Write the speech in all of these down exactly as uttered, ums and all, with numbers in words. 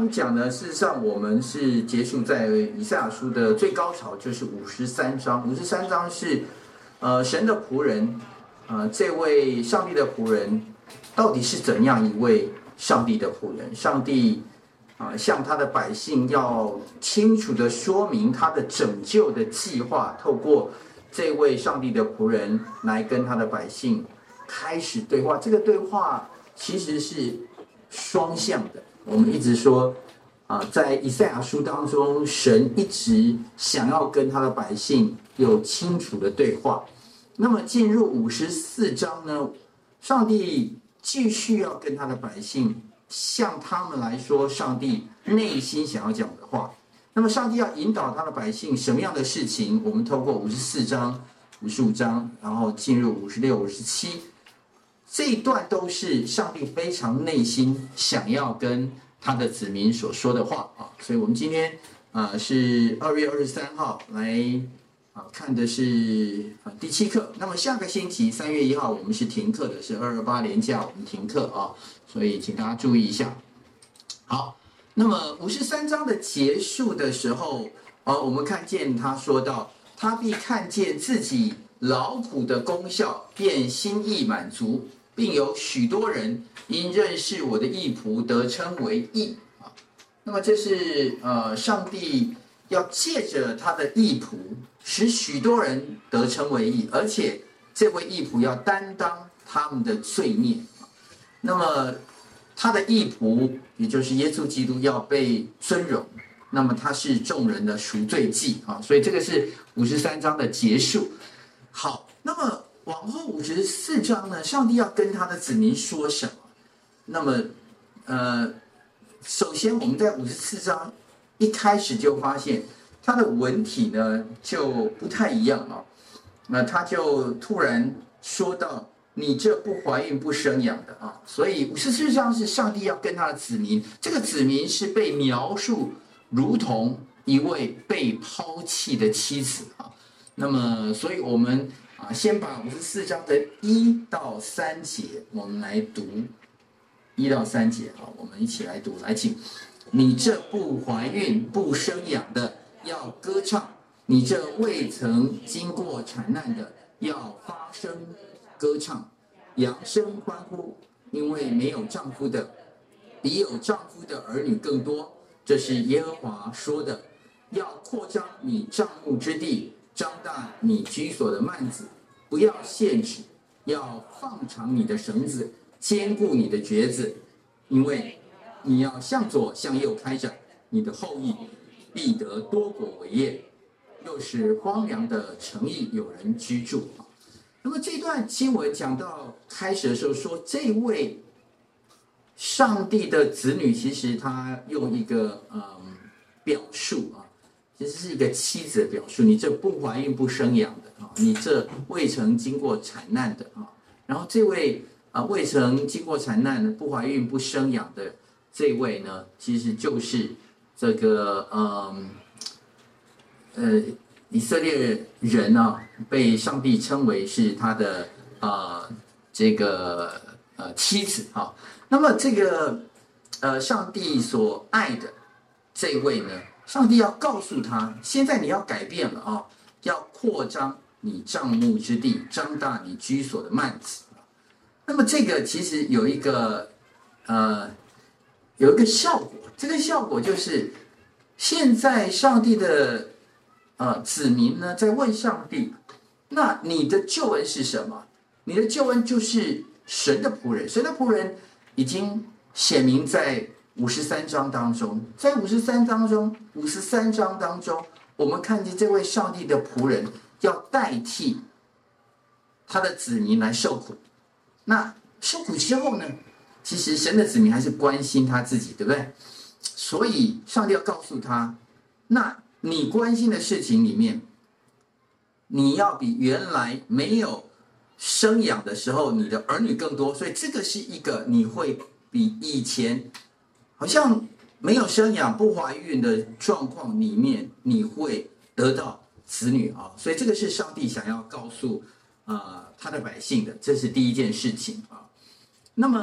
上一讲呢，事实上我们是结束在以赛亚书的最高潮，就是五十三章。五十三章是呃神的仆人，呃这位上帝的仆人到底是怎样一位上帝的仆人？上帝啊、呃、向他的百姓要清楚的说明他的拯救的计划，透过这位上帝的仆人来跟他的百姓开始对话。这个对话其实是双向的。我们一直说啊，在以赛亚书当中，神一直想要跟他的百姓有清楚的对话。那么进入五十四章呢，上帝继续要跟他的百姓向他们来说上帝内心想要讲的话。那么上帝要引导他的百姓什么样的事情？我们透过五十四章、五十五章，然后进入五十六、五十七，这一段都是上帝非常内心想要跟他的子民所说的话啊。所以我们今天啊、呃、是二月二十三号来啊看的是啊第七课。那么下个星期三月一号我们是停课的，是二二八连假我们停课啊，所以请大家注意一下。好。那么五十三章的结束的时候，呃，我们看见他说到，他必看见自己劳苦的功效，便心意满足，并有许多人因认识我的义仆得称为义啊。那么这是呃，上帝要借着他的义仆，使许多人得称为义，而且这位义仆要担当他们的罪孽。那么他的义仆，也就是耶稣基督要被尊荣，那么他是众人的赎罪祭啊，所以这个是五十三章的结束。好，那么往后五十四章呢，上帝要跟他的子民说什么？那么，呃，首先我们在五十四章一开始就发现他的文体呢就不太一样啊，那他就突然说到，你这不怀孕不生养的啊，所以五十四章是上帝要跟他的子民，这个子民是被描述如同一位被抛弃的妻子啊。那么，所以我们啊，先把五十四章的一到三节，我们来读一到三节啊，我们一起来读，来请。你这不怀孕不生养的要歌唱，你这未曾经过产难的要发声歌唱，扬声欢呼，因为没有丈夫的比有丈夫的儿女更多。这是耶和华说的。要扩张你帐幕之地，张大你居所的幔子，不要限制，要放长你的绳子，坚固你的橛子，因为你要向左向右开展，你的后裔必得多国为业，又使荒凉的城邑有人居住。那么这段经文讲到开始的时候说，这位上帝的子女，其实他用一个嗯表述啊，其实是一个妻子的表述。你这不怀孕不生养的啊，你这未曾经过产难的啊，然后这位啊未曾经过产难不怀孕不生养的这位呢，其实就是这个嗯呃。以色列人啊，被上帝称为是他的呃这个呃妻子啊。那么这个呃上帝所爱的这位呢，上帝要告诉他，现在你要改变了啊，要扩张你帐幕之地，张大你居所的幔子。那么这个其实有一个呃有一个效果，这个效果就是现在上帝的。呃，子民呢在问上帝，那你的救恩是什么？你的救恩就是神的仆人，神的仆人已经显明在五十三章当中，在五十三章中，五十三章当中，我们看见这位上帝的仆人要代替他的子民来受苦。那受苦之后呢？其实神的子民还是关心他自己，对不对？所以上帝要告诉他，那。你关心的事情里面，你要比原来没有生养的时候，你的儿女更多，所以这个是一个你会比以前好像没有生养、不怀孕的状况里面，你会得到子女啊，所以这个是上帝想要告诉啊、呃、他的百姓的，这是第一件事情啊。那么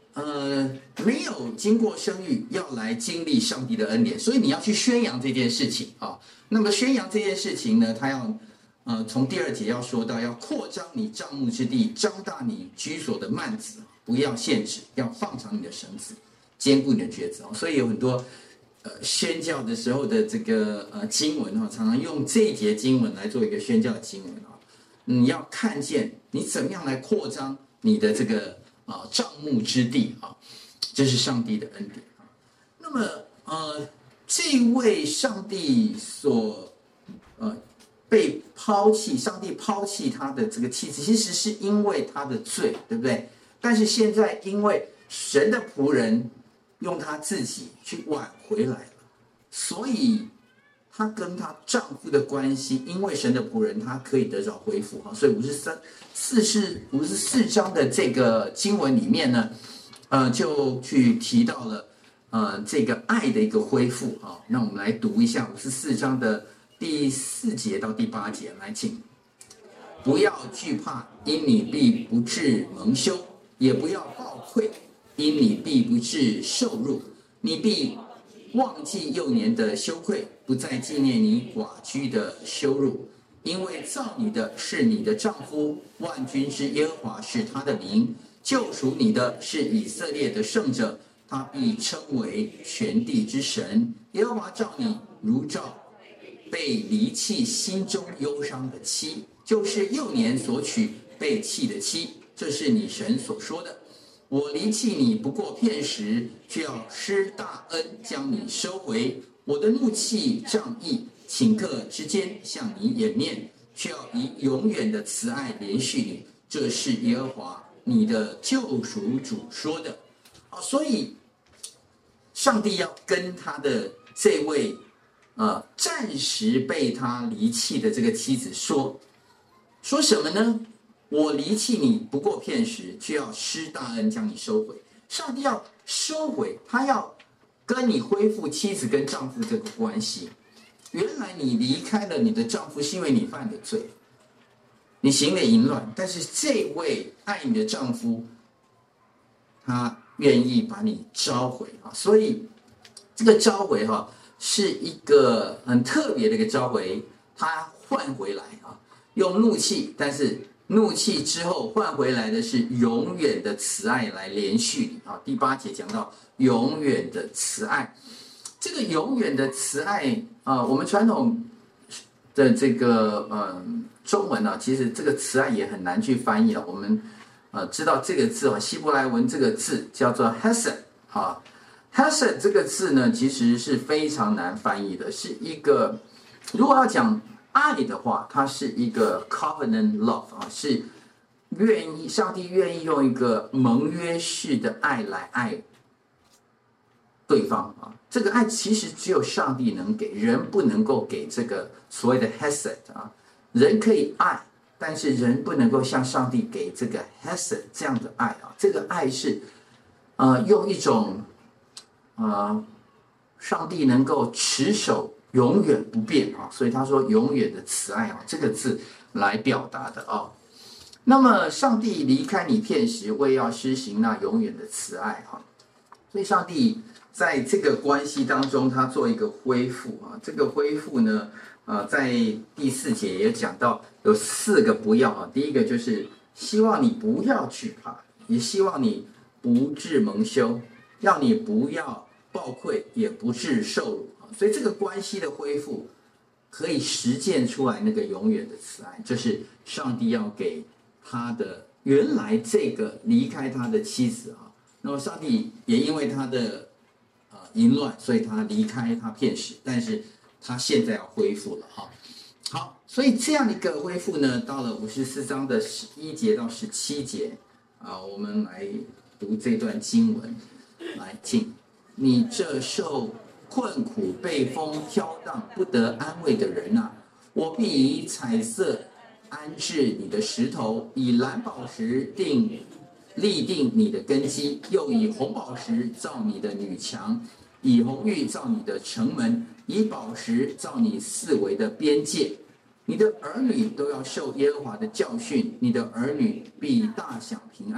呃没有经过生育，要来经历上帝的恩典，所以你要去宣扬这件事情啊。那么宣扬这件事情呢，他要呃从第二节要说到，要扩张你帐幕之地，张大你居所的幔子，不要限制，要放长你的绳子，坚固你的橛子。所以有很多呃宣教的时候的这个呃经文哈，常常用这一节经文来做一个宣教的经文啊。你要看见你怎么样来扩张你的这个啊帐幕之地啊，这是上帝的恩典啊。那么呃，这位上帝所呃被抛弃，上帝抛弃他的这个妻子，其实是因为他的罪，对不对？但是现在因为神的仆人用他自己去挽回来了，所以她跟她丈夫的关系，因为神的仆人，她可以得着恢复哈。所以五十三、四是五十四章的这个经文里面呢，呃，就去提到了呃这个爱的一个恢复啊。那我们来读一下五十四章的第四节到第八节，来请。不要惧怕，因你必不致蒙羞；也不要抱愧，因你必不致受辱。你必忘记幼年的羞愧，不再纪念你寡居的羞辱，因为造你的是你的丈夫，万军之耶和华是他的名，救赎你的是以色列的圣者，他必称为全地之神。耶和华照你如照被离弃心中忧伤的妻，就是幼年所娶被弃的妻，这是你神所说的。我离弃你不过片时，却要施大恩将你收回。我的怒气仗义，顷刻之间向你掩面，却要以永远的慈爱连续你。这是耶和华你的救赎主说的。啊，所以上帝要跟他的这位呃暂时被他离弃的这个妻子说说什么呢？我离弃你不过片时，却要施大恩将你收回。上帝要收回，他要跟你恢复妻子跟丈夫这个关系。原来你离开了你的丈夫是因为你犯的罪，你行了淫乱，但是这位爱你的丈夫，他愿意把你召回啊。所以这个召回哈、啊、是一个很特别的一个召回，他换回来啊，用怒气，但是怒气之后换回来的是永远的慈爱来连续你啊。第八节讲到永远的慈爱，这个永远的慈爱啊、呃，我们传统的这个呃中文呢、啊，其实这个慈爱也很难去翻译了。我们呃知道这个字啊，希伯来文这个字叫做 hesed 啊 ，hesed 这个字呢，其实是非常难翻译的，是一个如果要讲爱的话，它是一个 covenant love 啊，是愿意上帝愿意用一个盟约式的爱来爱对方啊。这个爱其实只有上帝能给，人不能够给这个所谓的 hesed 啊。人可以爱，但是人不能够像上帝给这个 hesed 这样的爱啊。这个爱是呃用一种呃上帝能够持守永远不变啊，所以他说永远的慈爱啊，这个字来表达的啊。那么上帝离开你片时，为要施行那永远的慈爱啊，所以上帝在这个关系当中，他做一个恢复啊。这个恢复呢，呃，在第四节也讲到有四个不要啊。第一个就是希望你不要惧怕，也希望你不致蒙羞，要你不要抱愧，也不致受辱。所以这个关系的恢复可以实践出来那个永远的慈爱，这是上帝要给他的原来这个离开他的妻子啊。那么上帝也因为他的呃淫乱，所以他离开他片时，但是他现在要恢复了哈。好，所以这样一个恢复呢，到了五十四章的十一节到十七节啊，我们来读这段经文，来进你这受困苦被风飘荡不得安慰的人啊，我必以彩色安置你的石头，以蓝宝石定立定你的根基，又以红宝石造你的女墙，以红玉造你的城门，以宝石造你四围的边界。你的儿女都要受耶和华的教训，你的儿女必大享平安。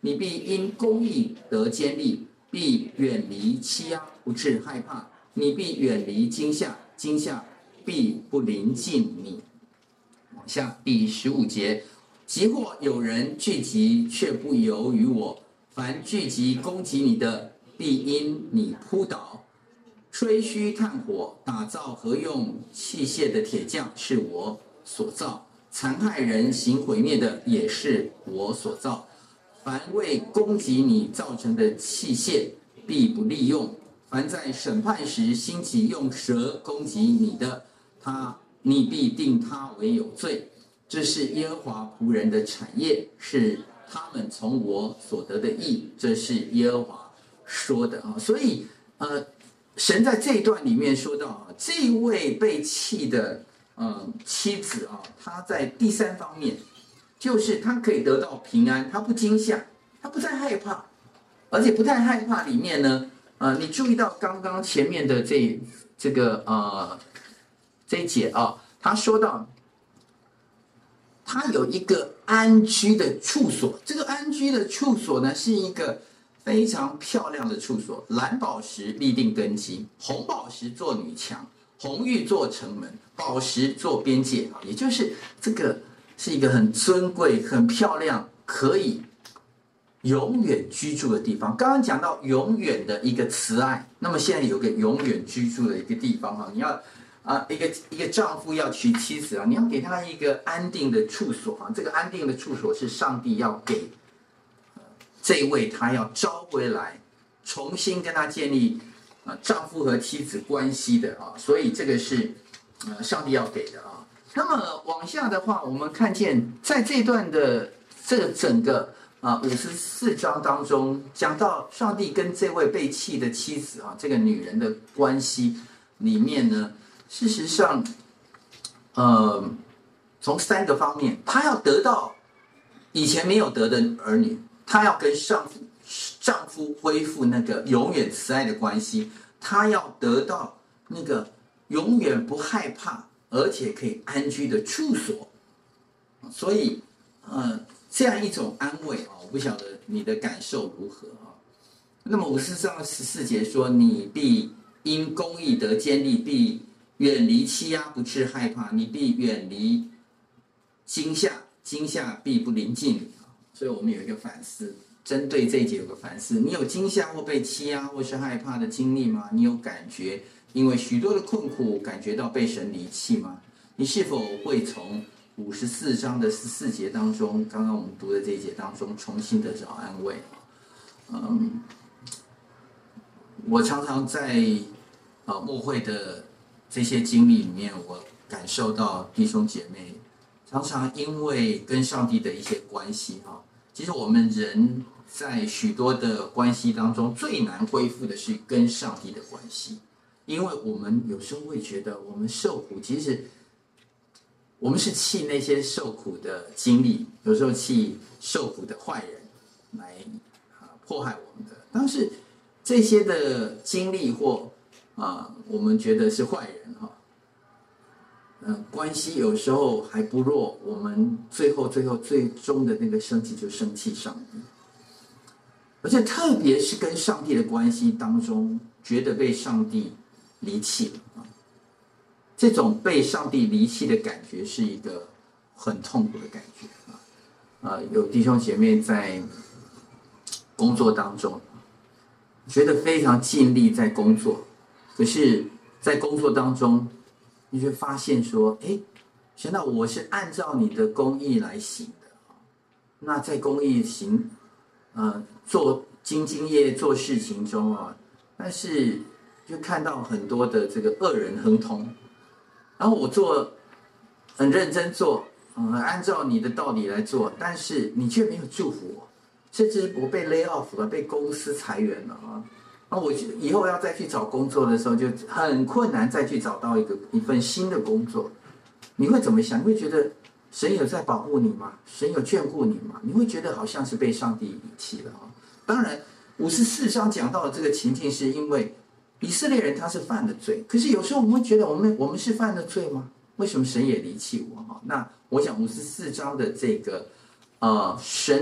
你必因公义得坚立，必远离欺压，不致害怕。你必远离惊吓，惊吓必不临近你。往下第十五节，即或有人聚集，却不由于我；凡聚集攻击你的，必因你扑倒。吹嘘炭火，打造何用器械的铁匠是我所造，残害人行毁灭的也是我所造。凡为攻击你造成的器械，必不利用。凡在审判时兴起用蛇攻击你的，他你必定他为有罪。这是耶和华仆人的产业，是他们从我所得的义。这是耶和华说的啊。所以呃，神在这一段里面说到啊，这位被弃的呃妻子啊，她在第三方面，就是她可以得到平安，她不惊吓，她不再害怕，而且不太害怕里面呢。呃，你注意到刚刚前面的这这个呃这一节啊，他说到他有一个安居的处所，这个安居的处所呢是一个非常漂亮的处所，蓝宝石立定根基，红宝石做女墙，红玉做城门，宝石做边界啊，也就是这个是一个很尊贵、很漂亮，可以永远居住的地方。刚刚讲到永远的一个慈爱，那么现在有个永远居住的一个地方哈，你要啊、呃、一个一个丈夫要娶妻子啊，你要给他一个安定的处所啊，这个安定的处所是上帝要给、呃、这位他要招回来，重新跟他建立啊、呃、丈夫和妻子关系的啊，所以这个是呃上帝要给的啊。那么往下的话，我们看见在这段的这个整个。啊，五十四章当中讲到上帝跟这位被弃的妻子啊，这个女人的关系里面呢，事实上，呃，从三个方面，她要得到以前没有得的儿女，她要跟丈夫丈夫恢复那个永远慈爱的关系，她要得到那个永远不害怕而且可以安居的处所，所以，呃。这样一种安慰啊，我不晓得你的感受如何啊。那么五十四章十四节说：“你必因公义得坚立，必远离欺压，不致害怕；你必远离惊吓，惊吓必不临近你。”所以我们有一个反思，针对这一节有个反思：你有惊吓或被欺压或是害怕的经历吗？你有感觉因为许多的困苦，感觉到被神离弃吗？你是否会从五十四章的十四节当中，刚刚我们读的这一节当中，重新的找安慰。嗯，我常常在啊牧会的这些经历里面，我感受到弟兄姐妹常常因为跟上帝的一些关系哈，其实我们人在许多的关系当中最难恢复的是跟上帝的关系，因为我们有时候会觉得我们受苦，其实。我们是气那些受苦的经历，有时候气受苦的坏人来啊迫害我们的。但是这些的经历或啊我们觉得是坏人哈，嗯、呃，关系有时候还不弱，我们最后最后最终的那个生气就生气上帝，而且特别是跟上帝的关系当中，觉得被上帝离弃了啊。这种被上帝离弃的感觉是一个很痛苦的感觉啊！呃，有弟兄姐妹在工作当中，觉得非常尽力在工作，可是，在工作当中，你就发现说，哎，神啊，我是按照你的公义来行的，那在公义行，呃，做兢兢业业做事情中啊，但是就看到很多的这个恶人亨通。然后我做很认真做，嗯，按照你的道理来做，但是你却没有祝福我，甚至我被 lay off 了，被公司裁员了啊！那我以后要再去找工作的时候，就很困难再去找到一个一份新的工作。你会怎么想？你会觉得神有在保护你吗？神有眷顾你吗？你会觉得好像是被上帝遗弃了啊！当然，五十四章讲到的这个情境，是因为以色列人他是犯了罪，可是有时候我们会觉得我们我们是犯了罪吗？为什么神也离弃我？哈，那我想五十四章的这个呃神的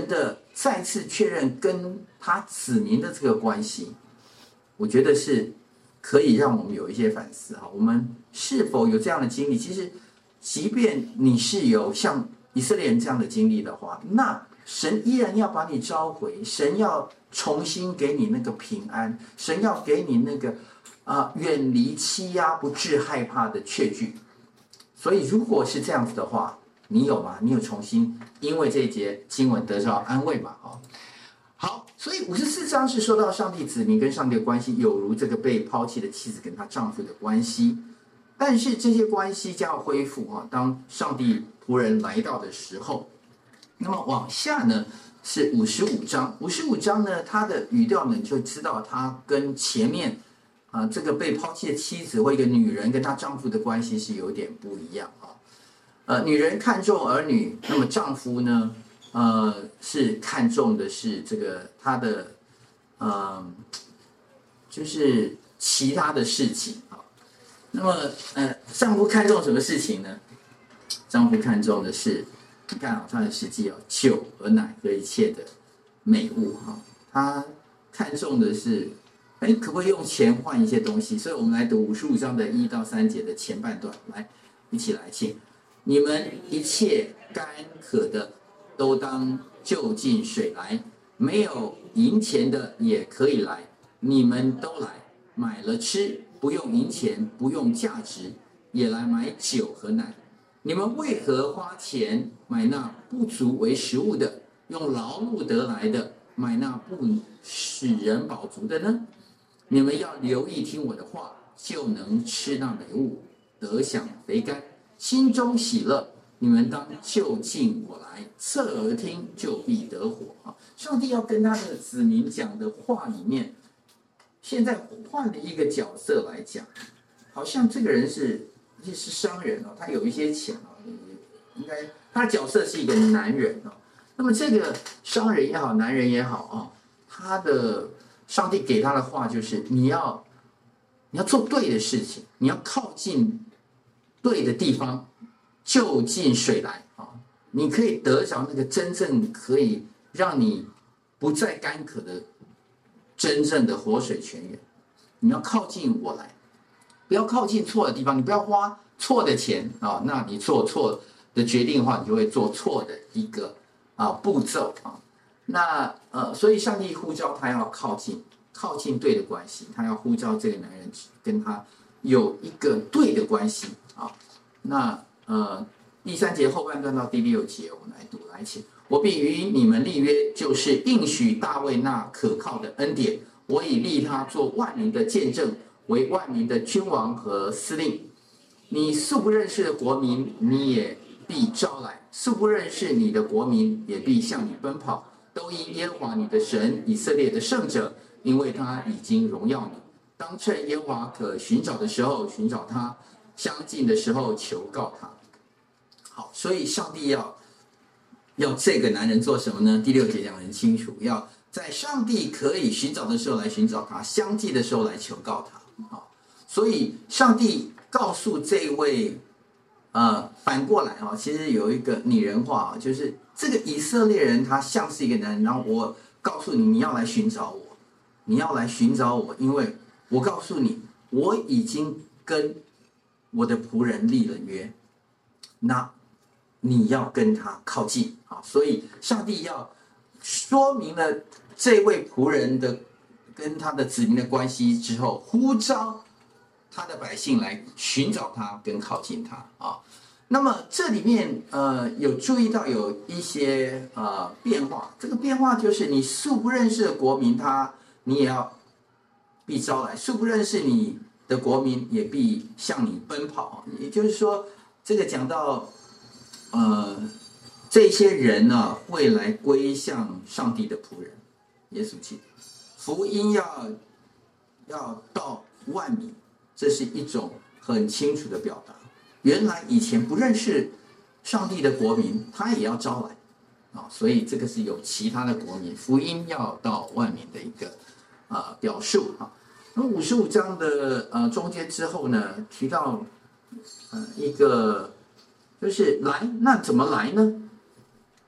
再次确认跟他子民的这个关系，我觉得是可以让我们有一些反思哈。我们是否有这样的经历？其实，即便你是有像以色列人这样的经历的话，那神依然要把你召回，神要重新给你那个平安，神要给你那个啊、呃、远离欺压、不致害怕的确据。所以，如果是这样子的话，你有吗？你有重新因为这一节经文得到安慰吗？好，好，所以五十四章是说到上帝子民跟上帝的关系，有如这个被抛弃的妻子跟她丈夫的关系。但是这些关系将要恢复啊，当上帝仆人来到的时候。那么往下呢是五十五章，五十五章呢，它的语调呢，你就知道它跟前面啊、呃、这个被抛弃的妻子或一个女人跟她丈夫的关系是有点不一样啊。呃，女人看重儿女，那么丈夫呢，呃，是看重的是这个他的，呃，就是其他的事情啊。那么，呃，丈夫看重什么事情呢？丈夫看重的是，你看啊，他的实际啊，酒和奶和一切的美物哈，他看重的是，哎，可不可以用钱换一些东西？所以我们来读五十五章的一到三节的前半段，来一起来请。你们一切干渴的，都当就近水来；没有银钱的也可以来，你们都来，买了吃，不用银钱，不用价值，也来买酒和奶。你们为何花钱买那不足为食物的，用劳碌得来的买那不使人饱足的呢？你们要留意听我的话，就能吃那美物，得享肥甘。心中喜乐，你们当就近我来，侧耳听，就必得活啊！上帝要跟他的子民讲的话里面，现在换了一个角色来讲，好像这个人是是商人哦，他有一些钱哦，应该他的角色是一个男人哦。那么这个商人也好，男人也好哦，他的上帝给他的话就是你要你要做对的事情，你要靠近对的地方，就近水来啊！你可以得着那个真正可以让你不再干渴的真正的活水泉源。你要靠近我来，不要靠近错的地方，你不要花错的钱啊！那你做错的决定的话，你就会做错的一个啊步骤啊。那呃，所以上帝呼召他要靠近，靠近对的关系，他要呼召这个男人跟他有一个对的关系啊。那呃第三节后半段到第六节，我们来读来请。我必与你们立约，就是应许大卫那可靠的恩典。我已立他做万民的见证，为万民的君王和司令。你素不认识的国民，你也必招来；素不认识你的国民，也必向你奔跑。都因耶和华你的神以色列的圣者，因为他已经荣耀你。当趁耶和华可寻找的时候寻找他，相近的时候求告他。好，所以上帝要要这个男人做什么呢？第六节讲得很清楚，要在上帝可以寻找的时候来寻找他，相近的时候来求告他。好，所以上帝告诉这位呃反过来啊，其实有一个拟人化啊，就是这个以色列人他像是一个男人，然后我告诉你，你要来寻找我，你要来寻找我，因为我告诉你，我已经跟我的仆人立了约，那你要跟他靠近啊！所以上帝要说明了这位仆人的跟他的子民的关系之后，呼召他的百姓来寻找他跟靠近他啊。那么这里面呃有注意到有一些呃变化，这个变化就是你素不认识的国民他你也要必招来，素不认识你的国民也必向你奔跑。也就是说，这个讲到呃这些人呢、啊、会来归向上帝的仆人，耶稣基督，福音要要到万民，这是一种很清楚的表达。原来以前不认识上帝的国民，他也要招来啊，所以这个是有其他的国民，福音要到万民的一个啊、呃、表述啊。那么五十五章的呃中间之后呢，提到呃一个就是来，那怎么来呢？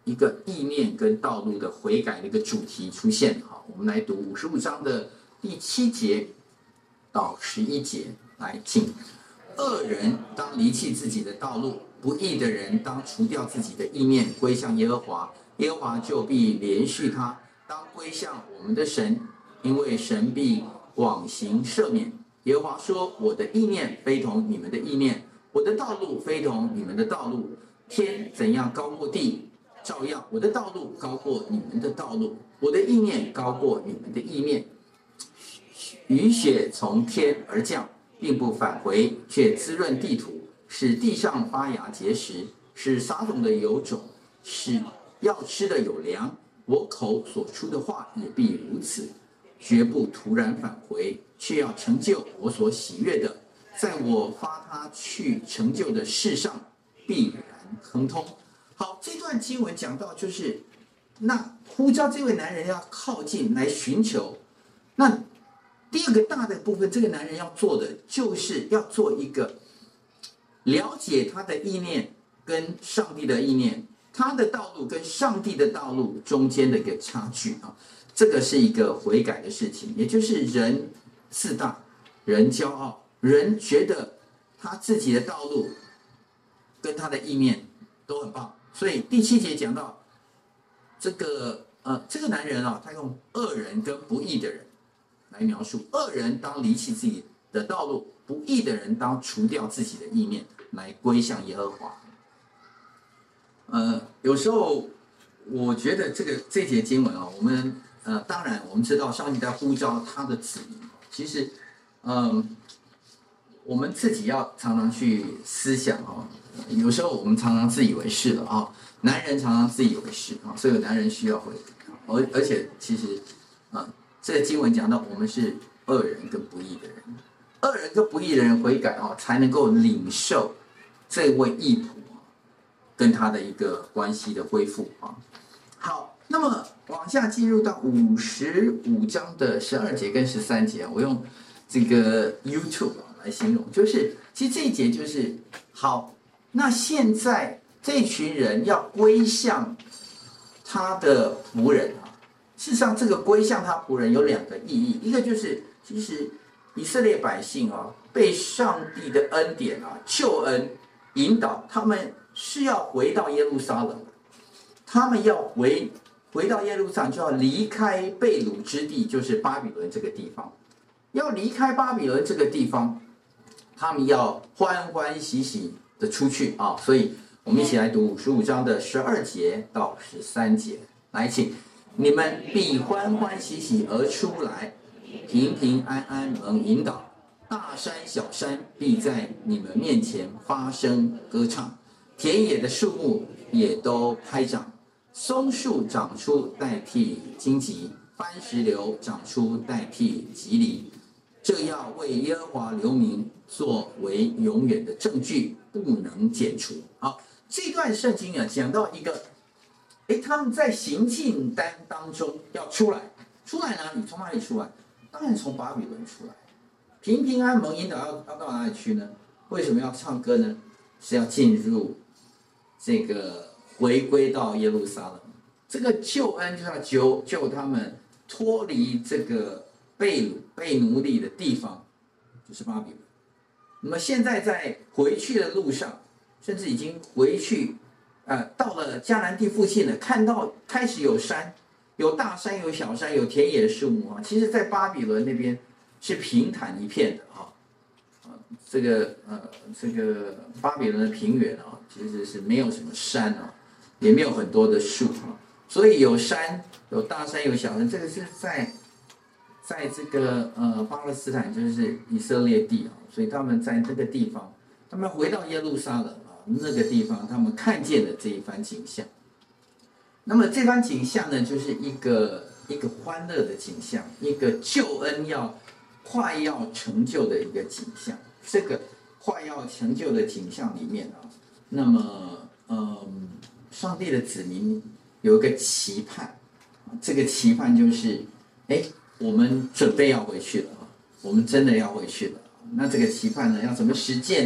一个意念跟道路的悔改的一个主题出现。好，我们来读五十五章的第七节到十一节，来请。恶人当离弃自己的道路，不义的人当除掉自己的意念，归向耶和华，耶和华就必连续他。当归向我们的神，因为神必广行赦免。耶和华说：我的意念非同你们的意念，我的道路非同你们的道路。天怎样高过地，照样我的道路高过你们的道路，我的意念高过你们的意念。雨雪从天而降，并不返回，却滋润地土，使地上发芽结实，使撒种的有种，使要吃的有粮。我口所出的话也必如此，绝不突然返回，却要成就我所喜悦的，在我发他去成就的事上必然亨通。好，这段经文讲到，就是那呼召这位男人要靠近来寻求。那第二个大的部分，这个男人要做的就是要做一个了解他的意念跟上帝的意念，他的道路跟上帝的道路中间的一个差距啊，这个是一个悔改的事情，也就是人自大，人骄傲，人觉得他自己的道路跟他的意念都很棒，所以第七节讲到这个呃这个男人啊，他用恶人跟不义的人来描述，恶人当离弃自己的道路，不义的人当除掉自己的意念，来归向耶和华。呃，有时候我觉得这个这节经文啊，我们呃，当然我们知道上帝在呼召他的子民，其实，嗯、呃，我们自己要常常去思想啊。有时候我们常常自以为是了啊，男人常常自以为是啊，所以男人需要悔改，而而且其实啊，这个经文讲到我们是恶人跟不义的人，恶人跟不义的人悔改啊，才能够领受这位义仆跟他的一个关系的恢复啊。好，那么往下进入到五十五章的十二节跟十三节，我用这个 YouTube 来形容，就是其实这一节就是好。那现在这群人要归向他的仆人啊，事实上这个归向他仆人有两个意义，一个就是其实以色列百姓啊，被上帝的恩典啊、救恩引导，他们是要回到耶路撒冷，他们要回回到耶路撒冷，就要离开被掳之地，就是巴比伦这个地方，要离开巴比伦这个地方，他们要欢欢喜喜的出去啊，所以我们一起来读五十五章的十二节到十三节，来，请你们必欢欢喜喜而出来，平平安安蒙引导，大山小山必在你们面前发声歌唱，田野的树木也都拍掌，松树长出代替荆棘，番石榴长出代替棘藜，这要为耶和华留名，作为永远的证据，不能剪除。好，这段圣经啊，讲到一个，哎，他们在行进单当中要出来，出来哪里？从哪里出来？当然从巴比伦出来。平平安蒙引导要要到哪里去呢？为什么要唱歌呢？是要进入这个回归到耶路撒冷。这个救恩就是要救救他们脱离这个被掳被奴隶的地方，就是巴比伦。那么现在在回去的路上，甚至已经回去，呃，到了迦南地附近了，看到开始有山，有大山，有小山，有田野树木啊。其实，在巴比伦那边是平坦一片的啊，啊，这个呃，这个巴比伦的平原啊，其实是没有什么山啊，也没有很多的树啊，所以有山，有大山，有小山，这个是在。在这个呃巴勒斯坦就是以色列地啊，所以他们在这个地方，他们回到耶路撒冷啊那个地方，他们看见了这一番景象。那么这番景象呢，就是一个一个欢乐的景象，一个救恩要快要成就的一个景象。这个快要成就的景象里面啊，那么嗯，上帝的子民有一个期盼，这个期盼就是哎。我们准备要回去了，我们真的要回去了。那这个期盼呢，要怎么实践呢？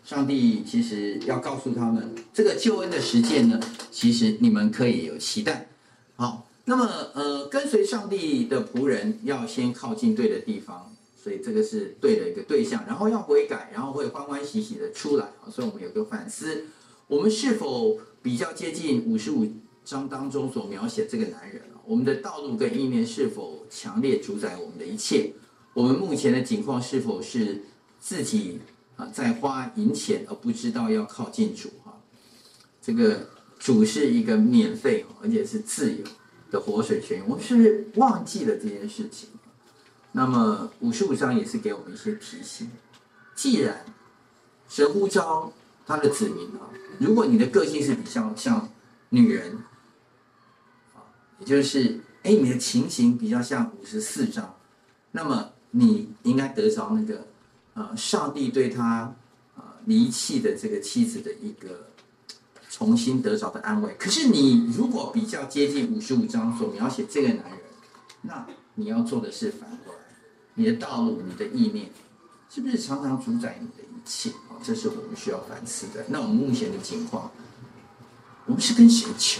上帝其实要告诉他们，这个救恩的实践呢，其实你们可以有期待。好，那么呃，跟随上帝的仆人要先靠近对的地方，所以这个是对的一个对象，然后要悔改，然后会欢欢喜喜的出来。所以我们有个反思，我们是否比较接近五十五章当中所描写这个男人？我们的道路跟意念是否强烈主宰我们的一切？我们目前的境况是否是自己啊在花银钱而不知道要靠近主哈？这个主是一个免费而且是自由的活水泉源，我们是不是忘记了这件事情？那么五十五章也是给我们一些提醒。既然神呼召他的子民啊，如果你的个性是比较像女人啊，也就是哎你的情形比较像五十四章，那么你应该得着那个呃上帝对他呃离弃的这个妻子的一个重新得着的安慰。可是你如果比较接近五十五章所描写这个男人，那你要做的是反过来，你的道路、你的意念，是不是常常主宰你的一切？这是我们需要反思的。那我们目前的情况，我们是跟谁求？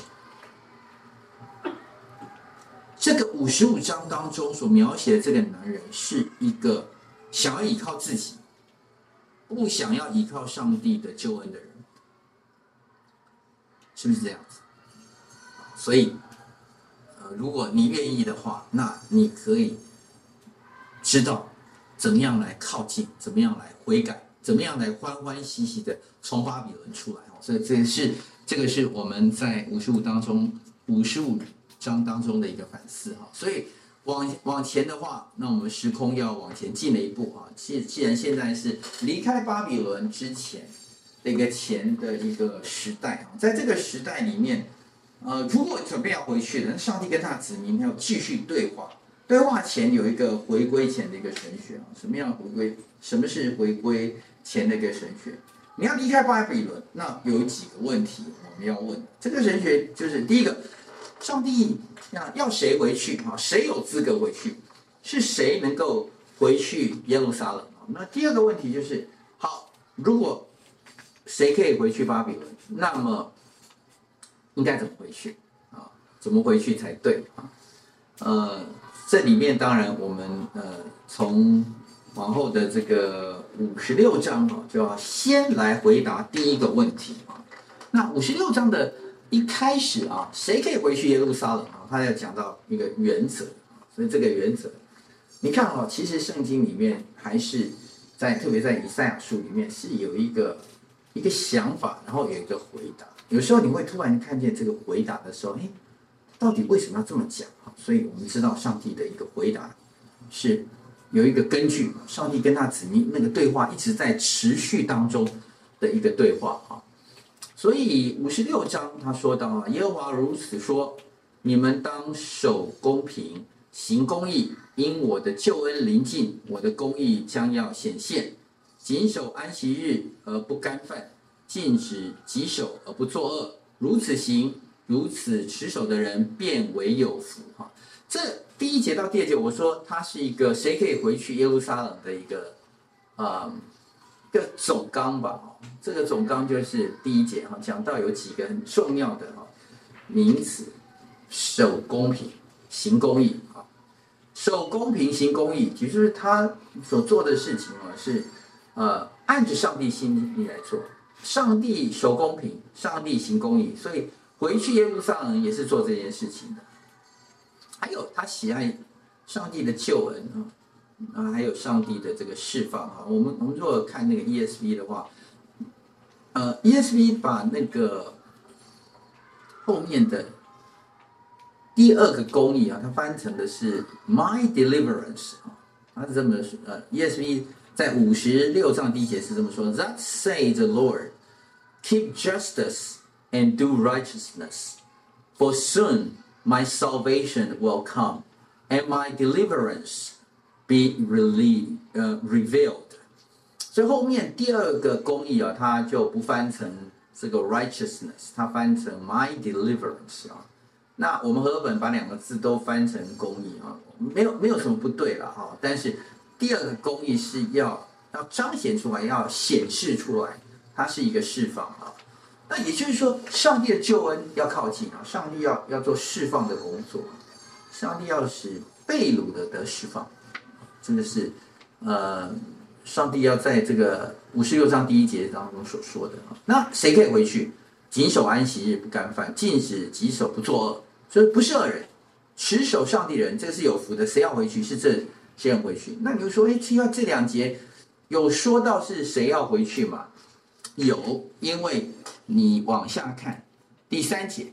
这个五十五章当中所描写的这个男人，是一个想要依靠自己，不想要依靠上帝的救恩的人，是不是这样子？所以，呃，如果你愿意的话，那你可以知道怎么样来靠近，怎么样来悔改，怎么样来欢欢喜喜的从巴比伦出来。所以这个是这个是我们在五十五当中五十五章当中的一个反思哈。所以往往前的话，那我们时空要往前进了一步哈。既既然现在是离开巴比伦之前的一个前的一个时代，在这个时代里面，呃，如果准备要回去的，上帝跟他的子民要继续对话。对话前有一个回归前的一个神学啊，什么样的回归？什么是回归前的一个神学？你要离开巴比伦，那有几个问题我们要问。这个神学就是第一个，上帝要要谁回去啊？谁有资格回去？是谁能够回去耶路撒冷啊？那第二个问题就是，好，如果谁可以回去巴比伦，那么应该怎么回去啊？怎么回去才对啊？呃。这里面当然我们呃从往后的这个五十六章啊，就要先来回答第一个问题啊。那五十六章的一开始啊，谁可以回去耶路撒冷啊？他要讲到一个原则，所以这个原则，你看哦，其实圣经里面还是在特别在以赛亚书里面是有一个一个想法，然后有一个回答。有时候你会突然看见这个回答的时候，哎。到底为什么要这么讲？所以我们知道上帝的一个回答是有一个根据，上帝跟他子民那个对话一直在持续当中的一个对话啊。所以五十六章他说到啊，耶和华如此说：你们当守公平，行公义，因我的救恩临近，我的公义将要显现。谨守安息日而不干犯，禁止己手而不作恶，如此行。如此持守的人便为有福哈。这第一节到第二节，我说它是一个谁可以回去耶路撒冷的一个啊、嗯、一个总纲吧。这个总纲就是第一节哈，讲到有几个很重要的哈名词：守公平、行公义啊。守公平、行公义，也就是他所做的事情啊，是呃按着上帝心意来做。上帝守公平，上帝行公义，所以。回去耶路撒冷也是做这件事情的，还有他喜爱上帝的救恩啊，还有上帝的这个释放啊。我们我们如果看那个 E S V 的话，呃 ，E S V 把那个后面的第二个公义啊，它翻成的是 My deliverance 啊，它是这么说呃 ，E S V 在五十六章第一节是这么说 ：That say the Lord, keep justice.And do righteousness, for soon my salvation will come, and my deliverance be relieved, uh, revealed. 所以后面第二个公义啊，它就不翻成这个 righteousness， 它翻成 my deliverance 啊。那我们和合本把两个字都翻成公义啊，没有没有什么不对了哈。但是第二个公义是要要彰显出来，要显示出来。 它是一个释放啊。那也就是说，上帝的救恩要靠近啊，上帝要要做释放的工作，上帝要使被掳的得释放，真的是，呃，上帝要在这个五十六章第一节当中所说的啊。那谁可以回去？谨守安息日不干犯，禁止己手不作恶，所以不是恶人，持守上帝人，这个是有福的。谁要回去？是这些人回去。那你就说，哎，奇怪，这两节有说到是谁要回去吗？有，因为你往下看第三节，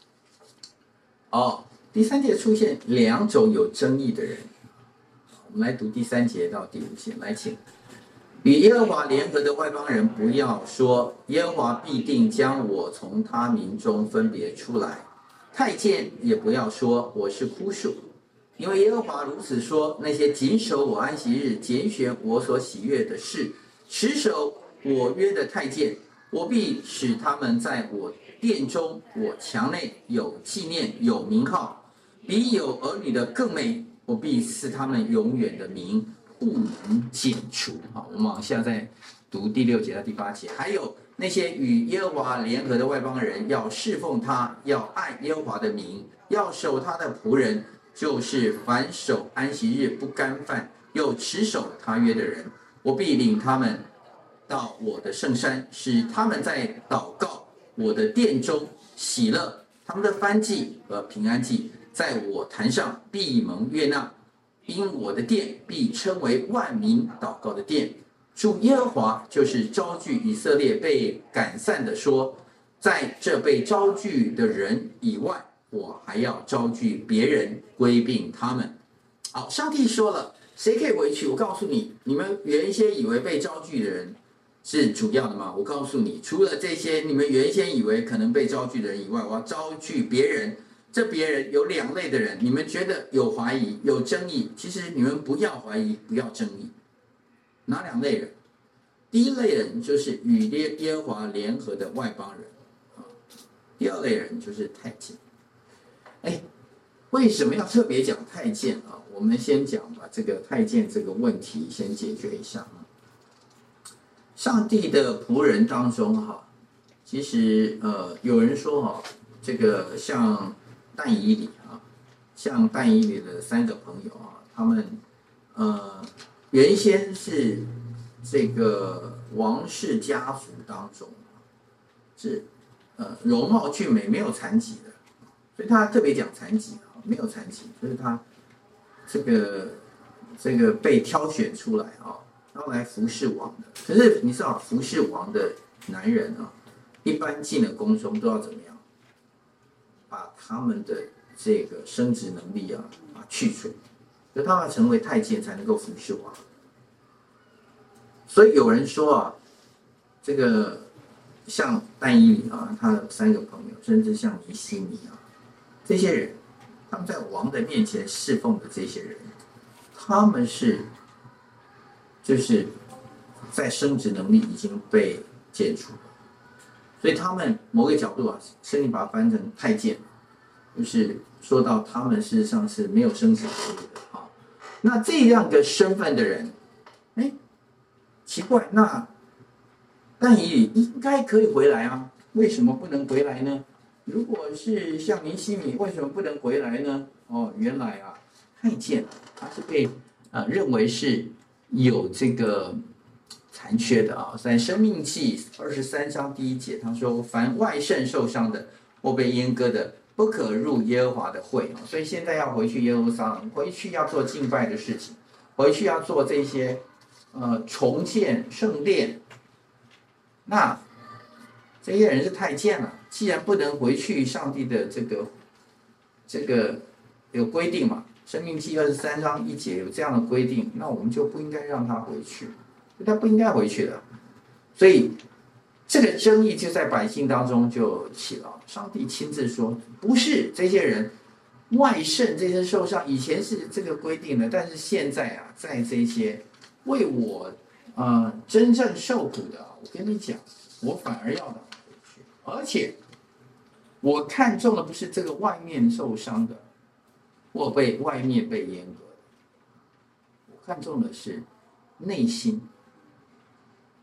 哦，第三节出现两种有争议的人。我们来读第三节到第五节，来请。与耶和华联合的外邦人，不要说耶和华必定将我从他民中分别出来；太监也不要说我是枯树，因为耶和华如此说：那些谨守我安息日、拣选我所喜悦的事、持守我约的太监，我必使他们在我殿中、我墙内有纪念、有名号，比有儿女的更美。我必赐他们永远的名，不能剪除。好，我们往下再读第六节到第八节。还有那些与耶和华联合的外邦人，要侍奉他，要爱耶和华的名，要守他的仆人，就是凡守安息日不干犯，又持守他约的人，我必领他们到我的圣山，使他们在祷告我的殿中喜乐，他们的燔祭和平安祭在我坛上必蒙悦纳，因我的殿必称为万民祷告的殿。主耶和华就是招聚以色列被赶散的说，在这被招聚的人以外，我还要招聚别人归并他们。好，上帝说了，谁可以回去？我告诉你，你们原先以为被招聚的人是主要的吗？我告诉你，除了这些你们原先以为可能被招聚的人以外，我要招聚别人。这别人有两类的人，你们觉得有怀疑、有争议，其实你们不要怀疑，不要争议。哪两类人？第一类人就是与耶和华联合的外邦人，第二类人就是太监。哎，为什么要特别讲太监啊？我们先讲把这个太监这个问题先解决一下。上帝的仆人当中哈，其实呃有人说哈，这个像但以理啊，像但以理的三个朋友啊，他们呃原先是这个王室家族当中是呃容貌俊美，没有残疾的，所以他特别讲残疾啊，没有残疾，就是他这个这个被挑选出来啊，然后来服侍王的。可是你知道，服侍王的男人啊，一般进了宫中都要怎么样？把他们的这个生殖能力啊啊去除，所以他们要成为太监才能够服侍王。所以有人说啊，这个像但以理啊，他的三个朋友，甚至像尼希米啊，这些人，他们在王的面前侍奉的这些人，他们是就是在生殖能力已经被剪除了。所以他们某个角度啊，圣经把它翻成太监，就是说到他们事实上是没有生殖能力的啊。那这样的身份的人，哎，奇怪，那但以理应该可以回来啊，为什么不能回来呢？如果是像尼希米，为什么不能回来呢？哦，原来啊，太监他是被呃认为是有这个残缺的啊，在《申命记》二十三章第一节，他说：“凡外肾受伤的或被阉割的，不可入耶和华的会。”所以现在要回去耶路撒冷，回去要做敬拜的事情，回去要做这些呃重建圣殿。那这些人是太监了，既然不能回去，上帝的这个这个有规定嘛，《申命记》二十三章一节有这样的规定，那我们就不应该让他回去。他不应该回去的，所以这个争议就在百姓当中就起了。上帝亲自说，不是这些人外肾这些受伤，以前是这个规定的，但是现在啊，在这些为我呃真正受苦的，我跟你讲，我反而要拿回去，而且我看中的不是这个外面受伤的，或被外面被阉割的，我看中的是内心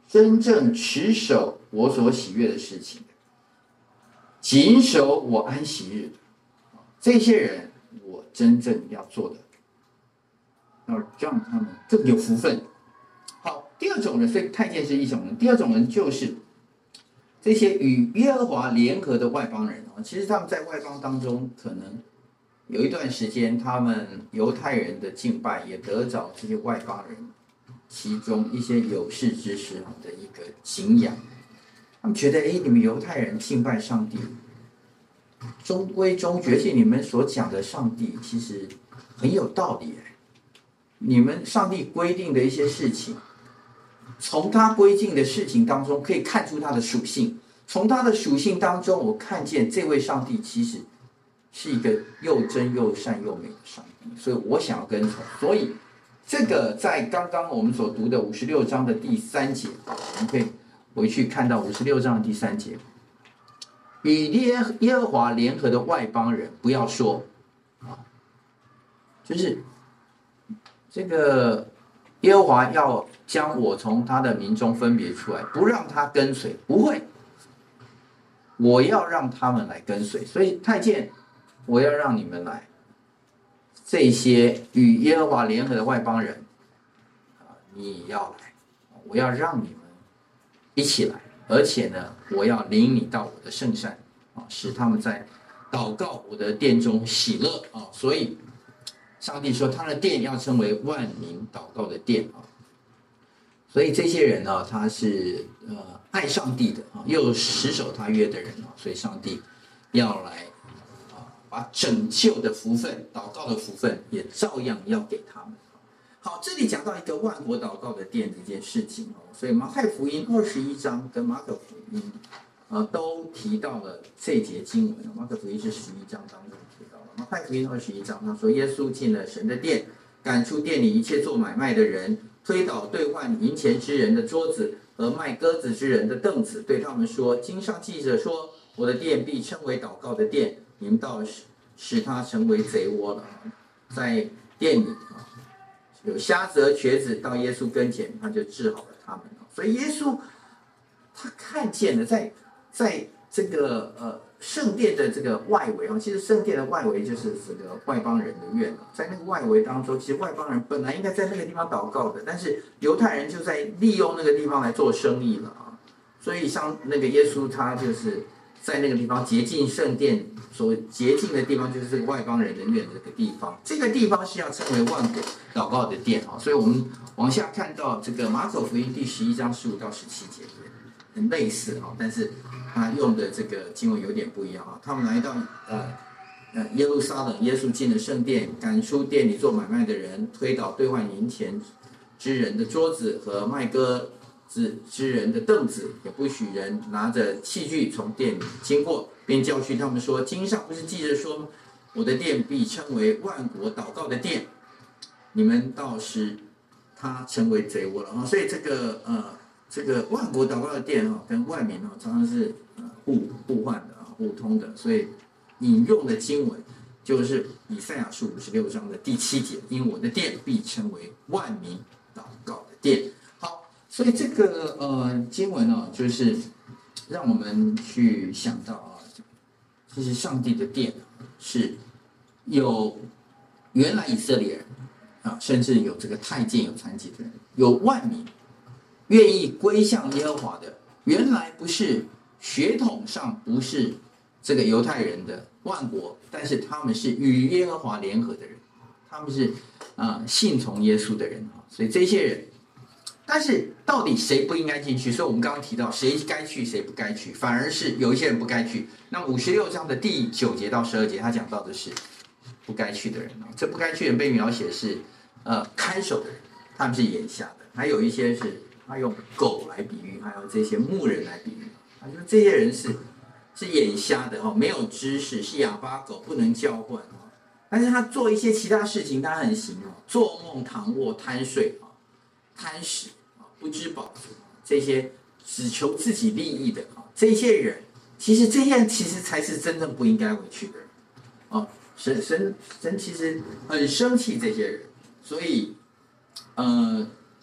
真正持守我所喜悦的事情，谨守我安息日的，这些人我真正要做的，要让他们更有福分。好，第二种人，所以太监是一种人，第二种人就是这些与耶和华联合的外邦人。其实他们在外邦当中，可能有一段时间，他们犹太人的敬拜也得着这些外邦人其中一些有识之士的一个敬仰。他们觉得，哎，你们犹太人敬拜上帝，中规中矩，而且你们所讲的上帝其实很有道理。你们上帝规定的一些事情，从他规定的事情当中可以看出他的属性，从他的属性当中，我看见这位上帝其实是一个又真又善又美的上帝，所以我想要跟从。所以这个在刚刚我们所读的五十六章的第三节，我们可以回去看到五十六章的第三节，与耶耶和华联合的外邦人，不要说啊，就是这个耶和华要将我从他的民中分别出来，不让他跟随，不会，我要让他们来跟随。所以太监，我要让你们来，这些与耶和华联合的外邦人，你要来，我要让你们一起来，而且呢，我要领你到我的圣山，使他们在祷告我的殿中喜乐啊。所以上帝说，他的殿要称为万民祷告的殿啊。所以这些人呢，他是呃爱上帝的啊，又持守他约的人啊，所以上帝要来啊，把拯救的福分、祷告的福分也照样要给他们。好，这里讲到一个万国祷告的殿这件事情哦，所以马太福音二十一章跟马可福音呃都提到了这节经文。马可福音是十一章当中提到了，马太福音二十一章他说，耶稣进了神的殿，赶出店里一切做买卖的人，推倒兑换银钱之人的桌子和卖鸽子之人的凳子，对他们说，经上记着说，我的殿必称为祷告的殿，你们倒使使它成为贼窝了。在店里有瞎子和瘸子到耶稣跟前，他就治好了他们。所以耶稣他看见了在在这个呃圣殿的这个外围啊，其实圣殿的外围就是这个外邦人的院，在那个外围当中，其实外邦人本来应该在那个地方祷告的，但是犹太人就在利用那个地方来做生意了啊。所以像那个耶稣他就是在那个地方洁净圣殿，所洁净的地方就是这个外邦人的院这个地方，这个地方是要称为万国祷告的殿啊。所以我们往下看到这个马可福音第十一章十五到十七节，很类似啊，但是他用的这个经文有点不一样啊。他们来到呃呃耶路撒冷，耶稣进了圣殿，赶出店里做买卖的人，推倒兑换银钱之人的桌子和卖鸽子之人的凳子，也不许人拿着器具从店里经过，便教训他们说，经上不是记着说，我的殿必称为万国祷告的殿，你们倒使它成为贼窝了啊。所以这个呃这个万国祷告的殿啊，跟万民啊常常是呃互互换的啊，互通的。所以引用的经文就是以赛亚书五十六章的第七节，因我的殿必称为万民祷告的殿。好，所以这个呃经文呢、啊，就是让我们去想到啊，其实上帝的殿是有原来以色列人啊，甚至有这个太监有残疾的人，有万民愿意归向耶和华的，原来不是血统上不是这个犹太人的万国，但是他们是与耶和华联合的人，他们是啊、呃、信从耶稣的人啊，所以这些人，但是到底谁不应该进去？所以我们刚刚提到谁该去谁不该去，反而是有一些人不该去。那五十六章的第九节到十二节，他讲到的是不该去的人啊，这不该去的人被描写是呃看守的人，他们是眼瞎的，还有一些是。他用狗来比喻，还有这些牧人来比喻，他说这些人是是眼瞎的哦，没有知识，是哑巴狗，不能交换哦。但是他做一些其他事情，他很行哦，做梦、躺卧、贪睡啊、贪食啊、不知饱足，这些只求自己利益的啊，这些人，其实这些人其实才是真正不应该回去的人哦。神神神其实很生气这些人，所以呃。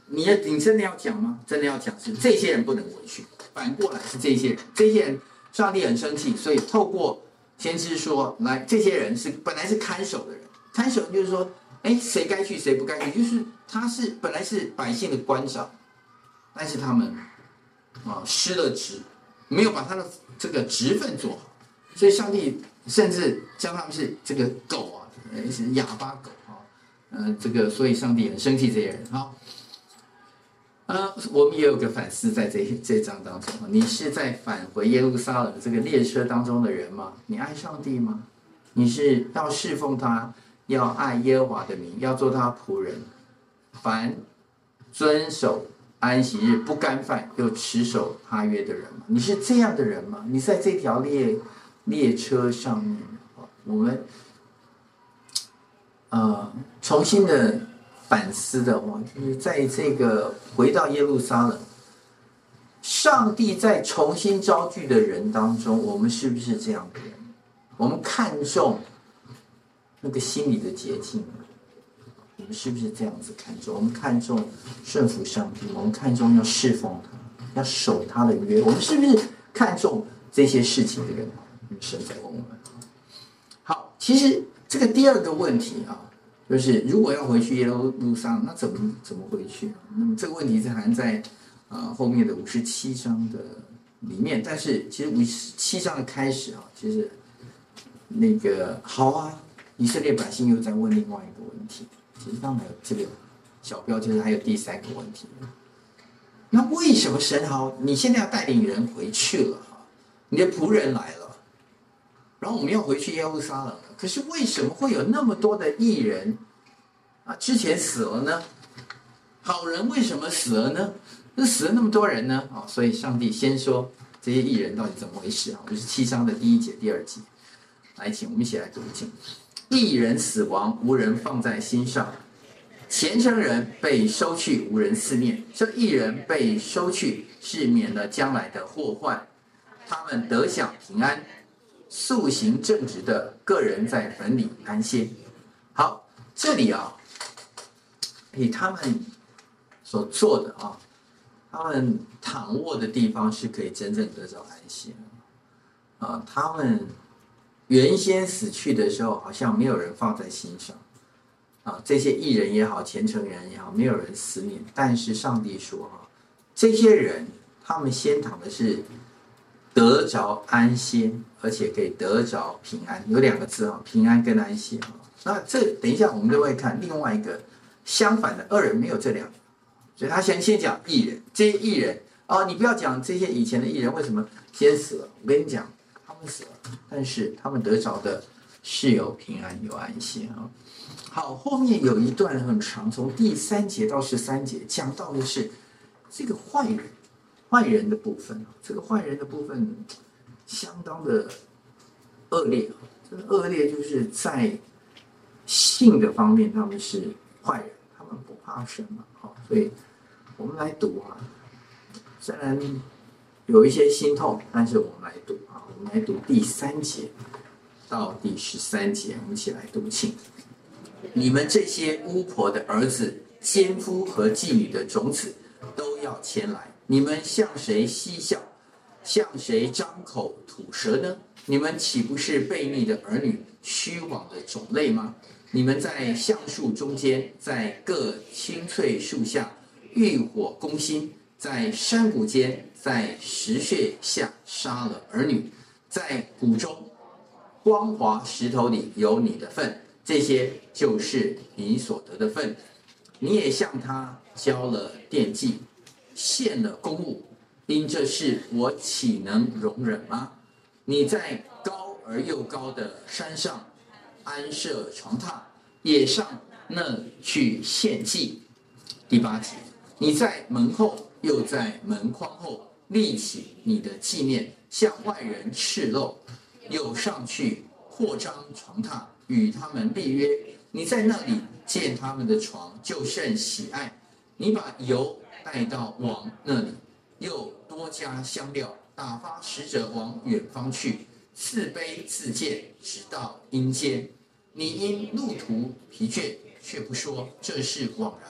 你你真的要讲吗？真的要讲是这些人不能回去，反过来是这些人，这些人上帝很生气，所以透过先知说，来，这些人是本来是看守的人，看守就是说，哎，谁该去谁不该去，就是他是本来是百姓的官长，但是他们啊失了职，没有把他的这个职分做好，所以上帝甚至将他们是这个狗啊，是哑巴狗啊，呃，这个所以上帝很生气这些人。好。呃，我们也有个反思在这这章当中，你是在返回耶路撒冷这个列车当中的人吗？你爱上帝吗？你是要侍奉他，要爱耶和华的名，要做他仆人，凡遵守安息日不干犯又持守他约的人吗？你是这样的人吗？你在这条列列车上面，我们呃重新的反思的话，就是在这个回到耶路撒冷，上帝在重新招聚的人当中，我们是不是这样的人？我们看重那个心理的洁净，我们是不是这样子看重？我们看重顺服上帝，我们看重要侍奉他，要守他的约，我们是不是看重这些事情的人？神在问我们。好，其实这个第二个问题啊。就是如果要回去耶路撒冷，那怎么怎么回去？那么这个问题是含在呃后面的五十七章的里面。但是其实五十七章的开始啊，其实那个好啊，以色列百姓又在问另外一个问题。其实刚才这个小标就是还有第三个问题。那为什么神好？你现在要带领人回去了，你的仆人来了，然后我们要回去耶路撒冷了。可是为什么会有那么多的义人啊？之前死了呢？好人为什么死了呢？那死了那么多人呢？啊，所以上帝先说这些义人到底怎么回事啊？就是七章的第一节、第二节，来，请我们一起来读经。义人死亡，无人放在心上；虔诚人被收去，无人思念。这义人被收去，是免了将来的祸患，他们得享平安。素行正直的个人在坟里安歇。好，这里啊，以他们所做的啊，他们躺卧的地方是可以真正得到安息啊。他们原先死去的时候，好像没有人放在心上啊。这些义人也好，虔诚人也好，没有人思念。但是上帝说啊，这些人他们先躺的是得着安歇，而且可以得着平安，有两个字啊，平安跟安歇。那这等一下我们都会看另外一个相反的，二人没有这两个，所以他先先讲义人，这些义人啊，你不要讲这些以前的义人为什么先死了，我跟你讲，他们死了，但是他们得着的是有平安有安歇啊。好，后面有一段很长，从第三节到十三节讲到的是这个坏人。坏人的部分，这个坏人的部分相当的恶劣。这个恶劣就是在性的方面，他们是坏人，他们不怕神嘛。好，所以我们来读啊。虽然有一些心痛，但是我们来读啊。我们来读第三节到第十三节，我们一起来读经。你们这些巫婆的儿子、奸夫和妓女的种子，都要前来。你们向谁嬉笑，向谁张口吐舌呢？你们岂不是悖逆的儿女，虚妄的种类吗？你们在橡树中间，在各青翠树下欲火攻心，在山谷间，在石穴下杀了儿女，在谷中光滑石头里有你的份，这些就是你所得的份。你也向他交了奠祭，献了公物，因这事我岂能容忍吗？你在高而又高的山上安设床榻，也上那去献祭。第八节，你在门后又在门框后立起你的纪念，向外人赤露，又上去扩张床榻，与他们立约。你在那里见他们的床，就甚喜爱。你把油带到王那里，又多加香料，打发使者往远方去，自卑自贱，直到阴间。你因路途疲倦，却不说这是枉然。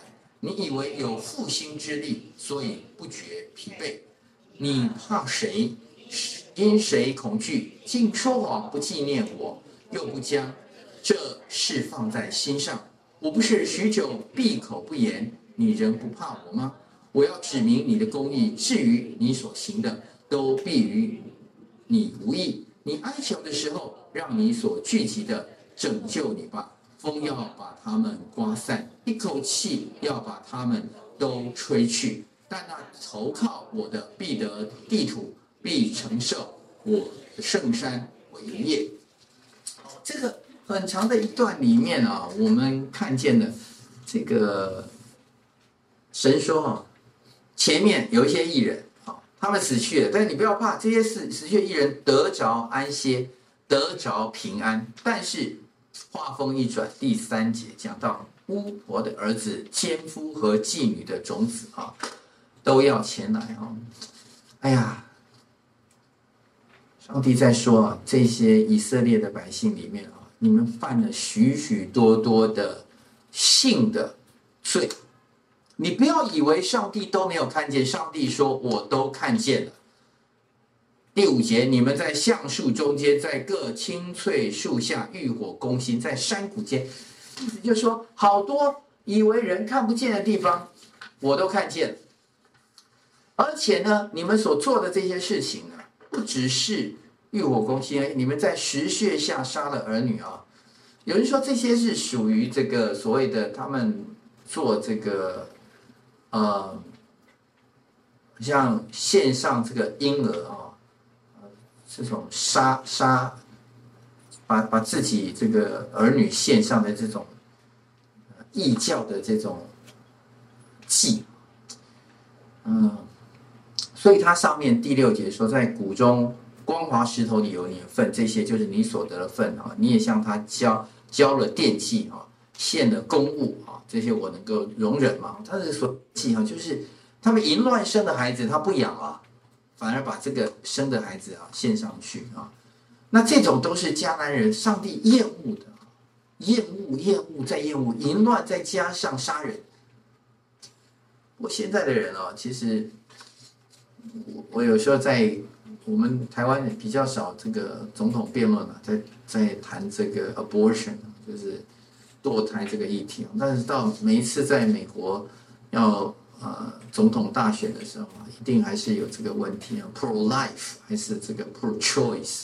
你以为有复兴之力，所以不觉疲惫。你怕谁？因谁恐惧？竟说谎，不纪念我，又不将这事放在心上。我不是许久闭口不言，你仍不怕我吗？我要指明你的公义，至于你所行的，都必与你无益。你哀求的时候，让你所聚集的拯救你吧。风要把它们刮散，一口气要把它们都吹去。但那投靠我的，必得地土，必承受我的圣山为业。这个很长的一段里面啊，我们看见了这个神说啊，前面有一些义人啊，他们死去了，但是你不要怕，这些死死去的义人得着安歇，得着平安。但是话锋一转，第三节讲到巫婆的儿子、奸夫和妓女的种子啊，都要前来啊！哎呀，上帝在说啊，这些以色列的百姓里面啊，你们犯了许许多多的性的罪。你不要以为上帝都没有看见，上帝说我都看见了。第五节，你们在橡树中间，在各青翠树下浴火攻心，在山谷间，意思就是说，好多以为人看不见的地方，我都看见了。而且呢，你们所做的这些事情呢，不只是浴火攻心，你们在石穴下杀了儿女啊。有人说这些是属于这个所谓的他们做这个呃，像献上这个婴儿啊，这种杀杀把把自己这个儿女献上的这种异教的这种祭，嗯。所以它上面第六节说，在谷中光滑石头里有你的份，这些就是你所得的份啊。你也向他交交了奠祭啊，献了公物啊，这些我能够容忍嘛。他的所祭啊，就是他们淫乱生的孩子，他不养啊，反而把这个生的孩子啊献上去啊。那这种都是迦南人上帝厌恶的，厌恶、厌恶再厌恶，淫乱再加上杀人。我现在的人啊，其实。我有时候在我们台湾比较少这个总统辩论啊，在在谈这个 abortion， 就是堕胎这个议题。但是到每一次在美国要呃总统大选的时候啊，一定还是有这个问题啊 ，pro life 还是这个 pro choice。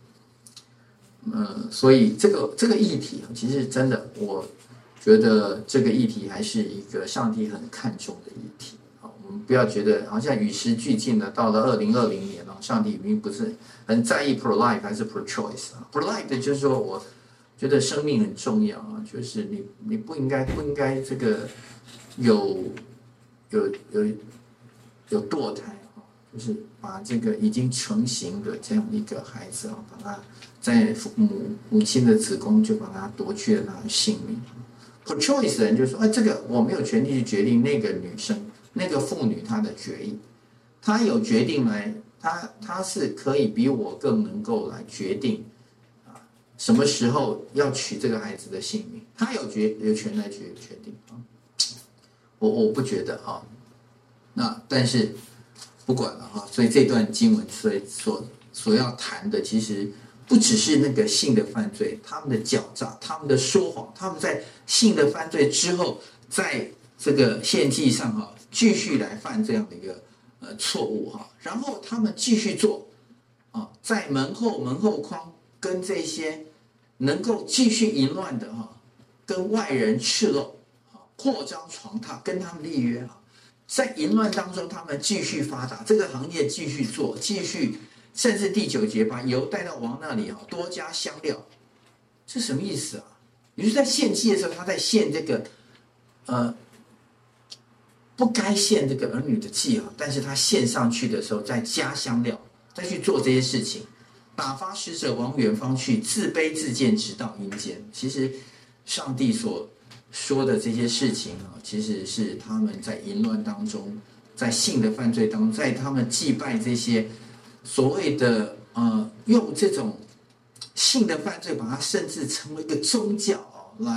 嗯，所以这个这个议题其实真的，我觉得这个议题还是一个上帝很看重的议题。不要觉得好像与时俱进的，到了二零二零年了，上帝已经不是很在意 pro life 还是 pro choice 啊 ？pro life 就是说，我觉得生命很重要啊，就是你你不应该不应该这个有有有有堕胎啊，就是把这个已经成型的这样一个孩子啊，把他在母母亲的子宫就把他夺去了他的性命。pro choice 的人就说，哎，这个我没有权利去决定那个女生。那个妇女她的决议，她有决定来，她她是可以比我更能够来决定啊，什么时候要取这个孩子的性命，她有决有权来决决定啊。我我不觉得啊，那但是不管了哈，所以这段经文所所所要谈的，其实不只是那个性的犯罪，他们的狡诈，他们的说谎，他们在性的犯罪之后，在这个献祭上哈。继续来犯这样的一个呃错误哈，然后他们继续做啊，在门后门后框跟这些能够继续淫乱的哈，跟外人赤露啊，扩张床榻，跟他们立约啊，在淫乱当中他们继续发达，这个行业继续做，继续，甚至第九节把油带到王那里啊，多加香料，这什么意思啊？也就是在献祭的时候，他在献这个呃。不该献这个儿女的祭啊，但是他献上去的时候再加香料，再去做这些事情，打发使者往远方去，自卑自贱，直到阴间。其实上帝所说的这些事情啊，其实是他们在淫乱当中，在性的犯罪当中，在他们祭拜这些所谓的呃，用这种性的犯罪，把它甚至成为一个宗教啊，来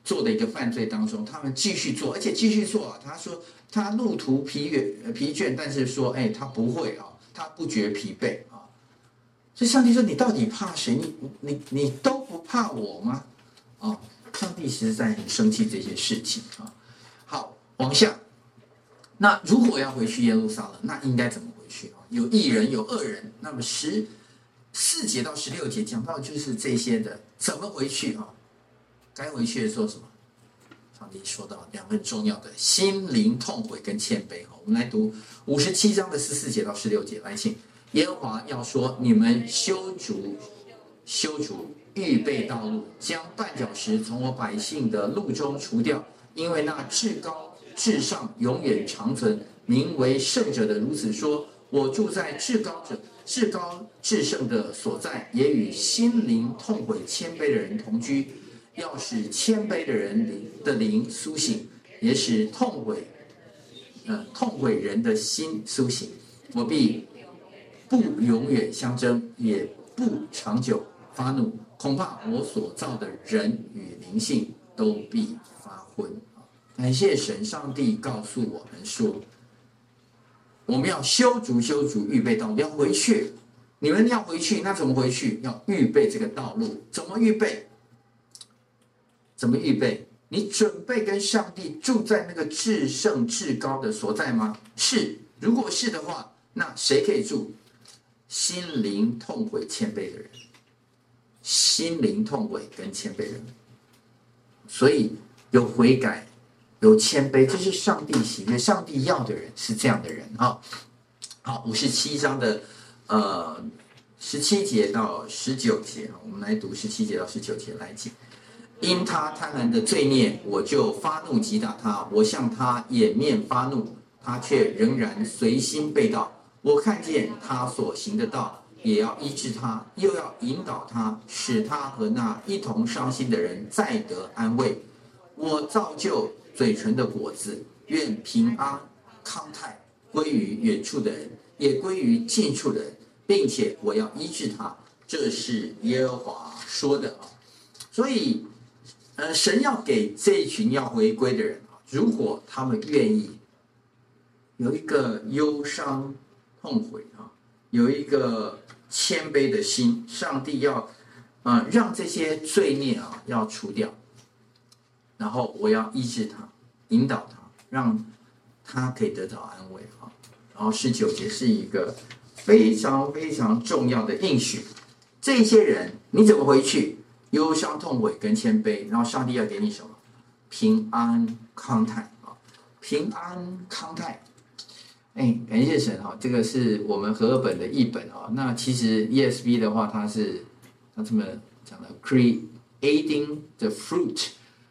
做的一个犯罪当中，他们继续做，而且继续做啊。他说他路途疲倦疲倦，但是说，哎，他不会啊，他不觉疲惫啊。所以上帝说：“你到底怕谁？你你你都不怕我吗？”啊，上帝实在很生气这些事情啊。好，往下。那如果要回去耶路撒冷，那应该怎么回去啊？有义人，有恶人。那么十四节到十六节讲到就是这些的，怎么回去啊？该回去的做什么？上帝说到两个很重要的：心灵痛悔跟谦卑。我们来读五十七章的十四节到十六节，来请。耶和华要说：你们修筑、修筑，预备道路，将绊脚石从我百姓的路中除掉，因为那至高至上、永远长存、名为圣者的如此说：我住在至高者、至高至圣的所在，也与心灵痛悔、谦卑的人同居。要使谦卑的人的灵苏醒，也使痛悔、呃痛悔人的心苏醒。我必不永远相争，也不长久发怒，恐怕我所造的人与灵性都必发昏。感谢神，上帝告诉我们说，我们要修筑修筑，预备道路，要回去。你们要回去，那怎么回去？要预备这个道路。怎么预备？怎么预备？你准备跟上帝住在那个至圣至高的所在吗？是。如果是的话，那谁可以住？心灵痛悔谦卑的人，心灵痛悔跟谦卑的人，所以有悔改，有谦卑，这是上帝喜悦，上帝要的人是这样的人啊。好，五十七章的呃十七节到十九节，我们来读十七节到十九节来解。因他贪婪的罪孽，我就发怒击打他，我向他掩面发怒，他却仍然随心背道。我看见他所行的道，也要医治他，又要引导他，使他和那一同伤心的人再得安慰。我造就嘴唇的果子，愿平安康泰归于远处的人，也归于近处的人，并且我要医治他。这是耶和华说的啊。所以，呃，神要给这一群要回归的人啊，如果他们愿意有一个忧伤痛悔啊，有一个谦卑的心，上帝要呃让这些罪孽啊要除掉，然后我要医治他，引导他，让他可以得到安慰啊。然后十九节是一个非常非常重要的应许，这些人你怎么回去？忧伤痛悔跟谦卑，然后上帝要给你什么？平安康泰啊，平安康泰。哎，感谢神哈，这个是我们和合本的译本啊。那其实 E S V 的话，它是它这么讲的 ：creating the fruit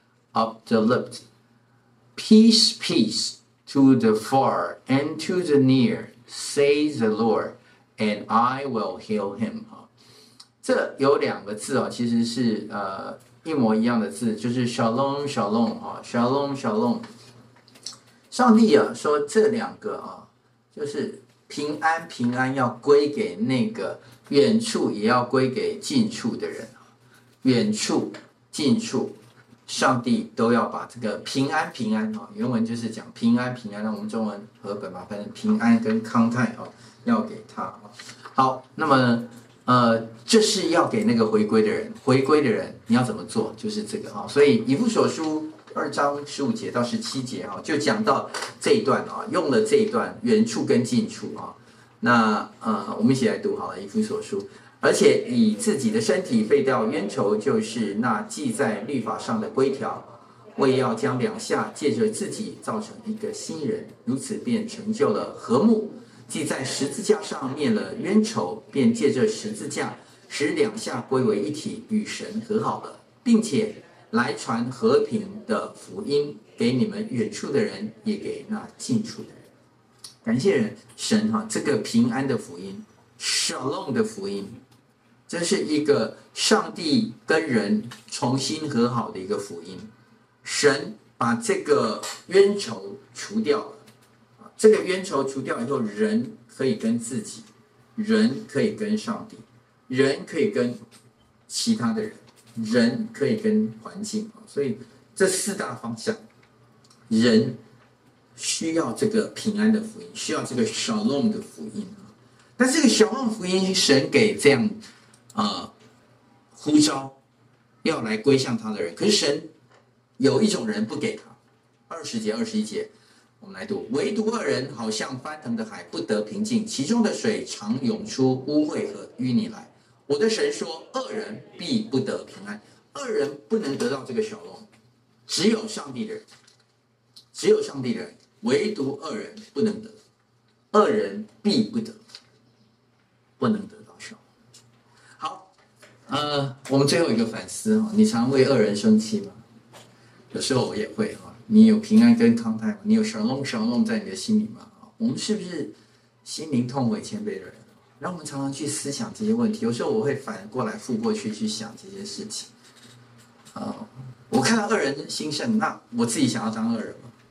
of the lips, peace, peace to the far and to the near, says the Lord, and I will heal him 啊。这有两个字啊，其实是呃一模一样的字，就是 shalom shalom 啊 ，shalom shalom。上帝啊说这两个啊。就是平安，平安要归给那个远处，也要归给近处的人。远处、近处，上帝都要把这个平安，平安啊，原文就是讲平安，平安。那我们中文和本嘛，反正平安跟康泰啊，要给他。好，那么呃，这是要给那个回归的人，回归的人你要怎么做？就是这个啊。所以以弗所书二章十五节到十七节啊，就讲到这一段啊，用了这一段远处跟近处啊。那呃，我们一起来读好了，以弗所书。而且以自己的身体废掉冤仇，就是那记在律法上的规条，为要将两下借着自己造成一个新人，如此便成就了和睦。既在十字架上灭了冤仇，便借着十字架使两下归为一体，与神和好了，并且来传和平的福音给你们远处的人，也给那近处的人。感谢人神哈，这个平安的福音 ，Shalom 的福音，这是一个上帝跟人重新和好的一个福音。神把这个冤仇除掉了，这个冤仇除掉以后，人可以跟自己，人可以跟上帝，人可以跟其他的人，人可以跟环境。所以这四大方向，人需要这个平安的福音，需要这个 Shalom 的福音。但这个 Shalom 福音，神给这样啊、呃、呼召要来归向他的人，可是神有一种人不给他。二十节、二十一节，我们来读：唯独恶人好像翻腾的海，不得平静，其中的水常涌出污秽和淤泥来。我的神说，恶人必不得平安。恶人不能得到这个 Shalom，只有上帝的人，只有上帝的人，唯独恶人不能得，恶人必不得，不能得到 Shalom。好，呃，我们最后一个反思，你常为恶人生气吗？有时候我也会哈。你有平安跟康泰吗？你有 Shalom Shalom 在你的心里吗？我们是不是心灵痛悔谦卑的人？让我们常常去思想这些问题。有时候我会反过来覆过去去想这些事情。呃，我看到恶人兴盛，那我自己想要当恶人吗？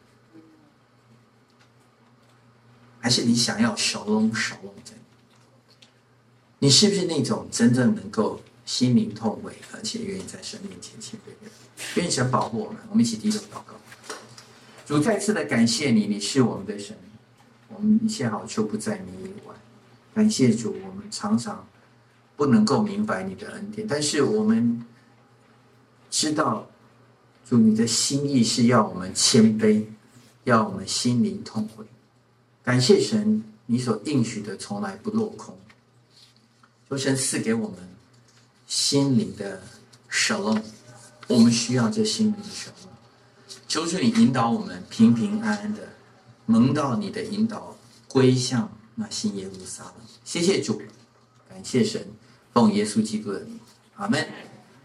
还是你想要 Shalom Shalom 在你？你是不是那种真正能够心灵痛悔，而且愿意在神面前谦卑的人？愿神保护我们，我们一起低头祷告。主，再次的感谢你，你是我们的神，我们一切好处不在你以外。感谢主，我们常常不能够明白你的恩典，但是我们知道，主你的心意是要我们谦卑，要我们心灵痛悔。感谢神，你所应许的从来不落空。求神赐给我们心灵的 Shalom， 我们需要这心灵的 Shalom。求主你引导我们平平安安的蒙到你的引导，归向那新耶路撒冷。谢谢主，感谢神，奉耶稣基督的名，阿们。